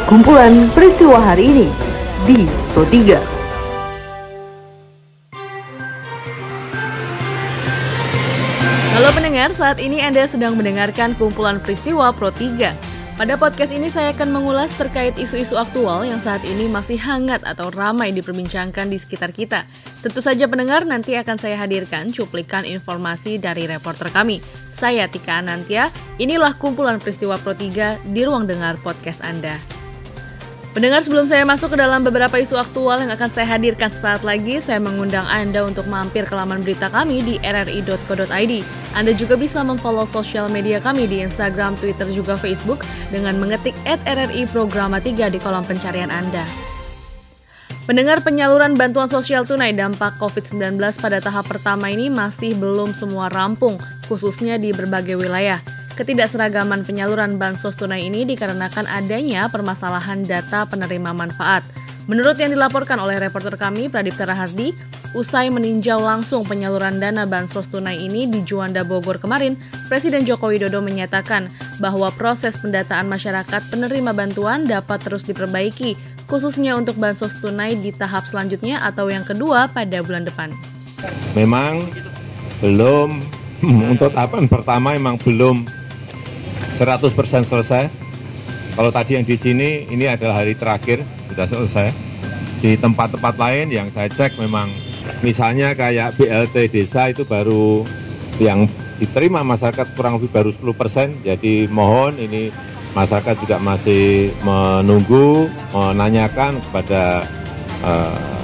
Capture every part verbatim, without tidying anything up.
Kumpulan peristiwa hari ini di Pro tiga. Halo pendengar, saat ini Anda sedang mendengarkan kumpulan peristiwa Pro tiga. Pada podcast ini saya akan mengulas terkait isu-isu aktual yang saat ini masih hangat atau ramai diperbincangkan di sekitar kita. Tentu saja pendengar, nanti akan saya hadirkan cuplikan informasi dari reporter kami. Saya Tika Anantia, inilah kumpulan peristiwa Pro tiga di ruang dengar podcast Anda. Pendengar, sebelum saya masuk ke dalam beberapa isu aktual yang akan saya hadirkan sesaat lagi, saya mengundang Anda untuk mampir ke laman berita kami di r r i dot co dot i d. Anda juga bisa memfollow sosial media kami di Instagram, Twitter, juga Facebook dengan mengetik et r r i programa tiga di kolom pencarian Anda. Pendengar, penyaluran bantuan sosial tunai dampak covid sembilan belas pada tahap pertama ini masih belum semua rampung, khususnya di berbagai wilayah. Ketidakseragaman penyaluran bansos tunai ini dikarenakan adanya permasalahan data penerima manfaat. Menurut yang dilaporkan oleh reporter kami, Pradipta Rahardi, usai meninjau langsung penyaluran dana bansos tunai ini di Juanda, Bogor kemarin, Presiden Joko Widodo menyatakan bahwa proses pendataan masyarakat penerima bantuan dapat terus diperbaiki, khususnya untuk bansos tunai di tahap selanjutnya atau yang kedua pada bulan depan. Memang belum, untuk tahapan pertama memang belum seratus persen selesai. Kalau tadi yang di sini, ini adalah hari terakhir, sudah selesai. Di tempat-tempat lain yang saya cek memang, misalnya kayak B L T desa itu baru yang diterima masyarakat kurang lebih baru sepuluh persen. Jadi mohon ini masyarakat juga masih menunggu, menanyakan kepada eh,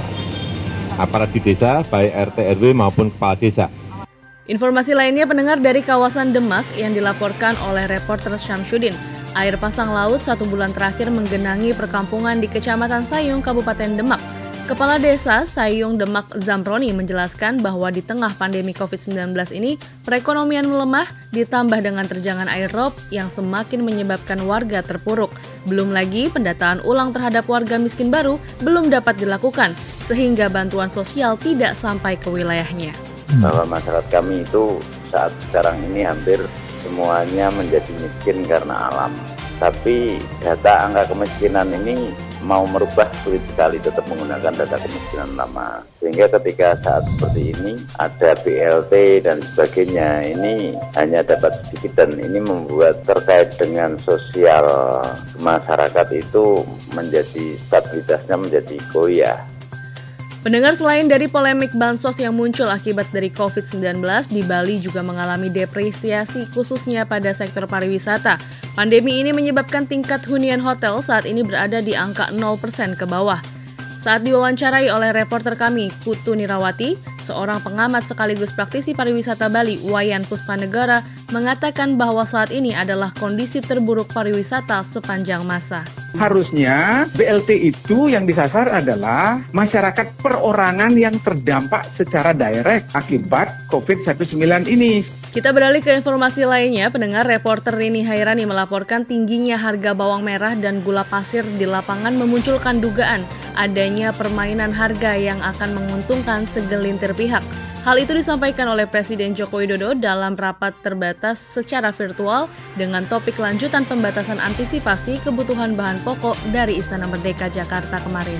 aparat di desa, baik R T R W maupun kepala desa. Informasi lainnya, pendengar, dari kawasan Demak yang dilaporkan oleh reporter Syamsuddin. Air pasang laut satu bulan terakhir menggenangi perkampungan di Kecamatan Sayung, Kabupaten Demak. Kepala Desa Sayung Demak Zamroni menjelaskan bahwa di tengah pandemi covid sembilan belas ini, perekonomian melemah ditambah dengan terjangan air rob yang semakin menyebabkan warga terpuruk. Belum lagi pendataan ulang terhadap warga miskin baru belum dapat dilakukan, sehingga bantuan sosial tidak sampai ke wilayahnya. Bahwa masyarakat kami itu saat sekarang ini hampir semuanya menjadi miskin karena alam. Tapi data angka kemiskinan ini mau merubah sulit sekali, tetap menggunakan data kemiskinan lama. Sehingga ketika saat seperti ini ada B L T dan sebagainya, ini hanya dapat sedikit, dan ini membuat terkait dengan sosial masyarakat itu menjadi stabilitasnya menjadi goyah. Pendengar, selain dari polemik bansos yang muncul akibat dari covid sembilan belas, di Bali juga mengalami depresiasi khususnya pada sektor pariwisata. Pandemi ini menyebabkan tingkat hunian hotel saat ini berada di angka nol persen ke bawah. Saat diwawancarai oleh reporter kami, Putu Nirawati, seorang pengamat sekaligus praktisi pariwisata Bali, Wayan Puspanegara, mengatakan bahwa saat ini adalah kondisi terburuk pariwisata sepanjang masa. Harusnya B L T itu yang disasar adalah masyarakat perorangan yang terdampak secara direct akibat covid sembilan belas ini. Kita beralih ke informasi lainnya, pendengar. Reporter Rini Hairani melaporkan tingginya harga bawang merah dan gula pasir di lapangan memunculkan dugaan adanya permainan harga yang akan menguntungkan segelintir pihak. Hal itu disampaikan oleh Presiden Joko Widodo dalam rapat terbatas secara virtual dengan topik lanjutan pembatasan antisipasi kebutuhan bahan pokok dari Istana Merdeka Jakarta kemarin.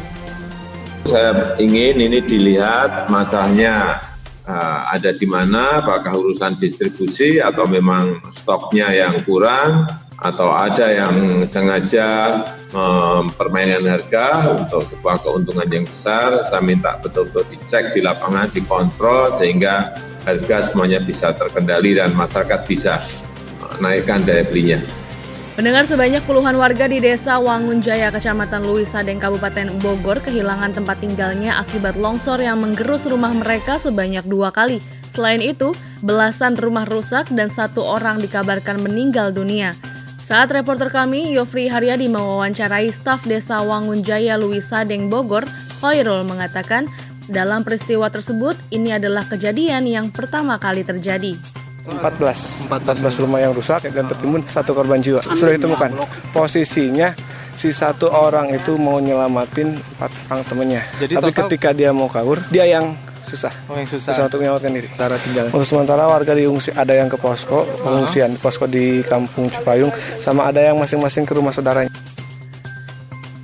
Saya ingin ini dilihat masalahnya uh, ada di mana, apakah urusan distribusi atau memang stoknya yang kurang, atau ada yang sengaja mempermainkan harga untuk sebuah keuntungan yang besar. Saya minta betul-betul dicek di lapangan, dikontrol, sehingga harga semuanya bisa terkendali dan masyarakat bisa naikkan daya belinya. Pendengar, sebanyak puluhan warga di Desa Wangunjaya, Kecamatan Luis Sadeng, Kabupaten Bogor, kehilangan tempat tinggalnya akibat longsor yang menggerus rumah mereka sebanyak dua kali. Selain itu, belasan rumah rusak dan satu orang dikabarkan meninggal dunia. Saat reporter kami, Yofri Haryadi, mewawancarai staf Desa Wangunjaya Luis Sadeng, Bogor, Khairul mengatakan dalam peristiwa tersebut ini adalah kejadian yang pertama kali terjadi. empat belas, empat belas rumah yang rusak dan tertimbun satu korban jiwa. Sudah ditemukan. Posisinya si satu orang itu mau nyelamatin empat orang temannya. Jadi tapi total, ketika dia mau kabur, dia yang susah. Oh, yang susah. Susah untuk menyelamatkan diri. Cara tinggal. Untuk sementara warga diungsi, ada yang ke posko pengungsian, posko di Kampung Cipayung, sama ada yang masing-masing ke rumah saudaranya.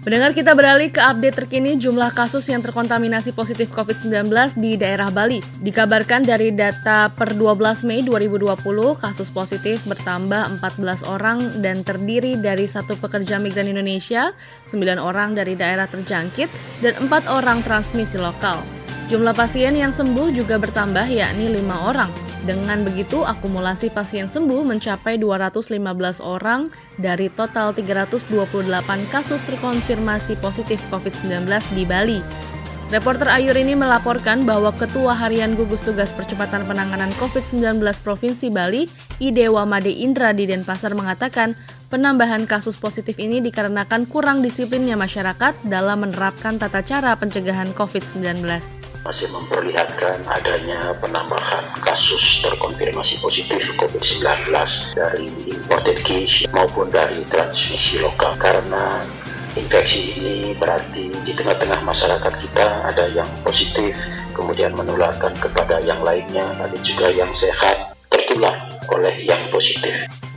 Pendengar, kita beralih ke update terkini jumlah kasus yang terkontaminasi positif covid sembilan belas di daerah Bali. Dikabarkan dari data per dua belas Mei dua ribu dua puluh, kasus positif bertambah empat belas orang dan terdiri dari satu pekerja migran Indonesia, sembilan orang dari daerah terjangkit, dan empat orang transmisi lokal. Jumlah pasien yang sembuh juga bertambah, yakni lima orang. Dengan begitu, akumulasi pasien sembuh mencapai dua ratus lima belas orang dari total tiga ratus dua puluh delapan kasus terkonfirmasi positif covid sembilan belas di Bali. Reporter Ayur ini melaporkan bahwa Ketua Harian Gugus Tugas Percepatan Penanganan covid sembilan belas Provinsi Bali, Idewa Made Indra di Denpasar mengatakan penambahan kasus positif ini dikarenakan kurang disiplinnya masyarakat dalam menerapkan tata cara pencegahan covid sembilan belas. Masih memperlihatkan adanya penambahan kasus terkonfirmasi positif covid sembilan belas dari imported case maupun dari transmisi lokal. Karena infeksi ini berarti di tengah-tengah masyarakat kita ada yang positif, kemudian menularkan kepada yang lainnya, ada juga yang sehat tertular oleh yang positif.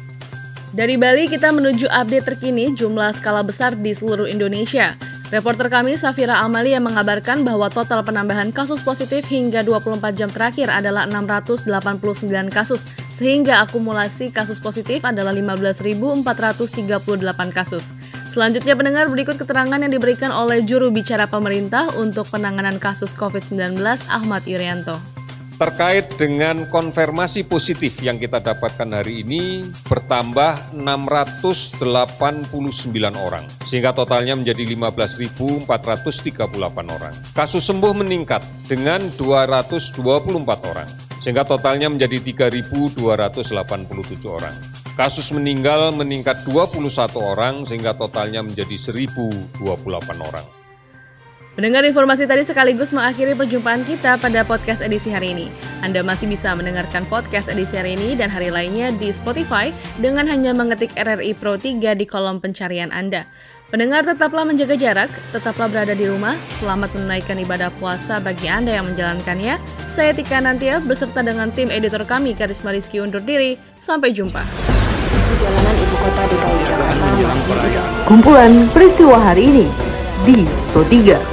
Dari Bali kita menuju update terkini jumlah skala besar di seluruh Indonesia. Reporter kami Safira Amalia mengabarkan bahwa total penambahan kasus positif hingga dua puluh empat jam terakhir adalah enam ratus delapan puluh sembilan kasus, sehingga akumulasi kasus positif adalah lima belas ribu empat ratus tiga puluh delapan kasus. Selanjutnya pendengar, berikut keterangan yang diberikan oleh juru bicara pemerintah untuk penanganan kasus covid sembilan belas Ahmad Yuryanto. Terkait dengan konfirmasi positif yang kita dapatkan hari ini bertambah enam ratus delapan puluh sembilan orang, sehingga totalnya menjadi lima belas ribu empat ratus tiga puluh delapan orang. Kasus sembuh meningkat dengan dua ratus dua puluh empat orang, sehingga totalnya menjadi tiga ribu dua ratus delapan puluh tujuh orang. Kasus meninggal meningkat dua puluh satu orang, sehingga totalnya menjadi seribu dua puluh delapan orang. Pendengar, informasi tadi sekaligus mengakhiri perjumpaan kita pada podcast edisi hari ini. Anda masih bisa mendengarkan podcast edisi hari ini dan hari lainnya di Spotify dengan hanya mengetik R R I Pro tiga di kolom pencarian Anda. Pendengar, tetaplah menjaga jarak, tetaplah berada di rumah, selamat menunaikan ibadah puasa bagi Anda yang menjalankannya. Saya Tika Nantia beserta dengan tim editor kami Karisma Rizky undur diri. Sampai jumpa. Jalanan Ibu Kota D K I Jakarta masih. Kumpulan peristiwa hari ini di Pro tiga.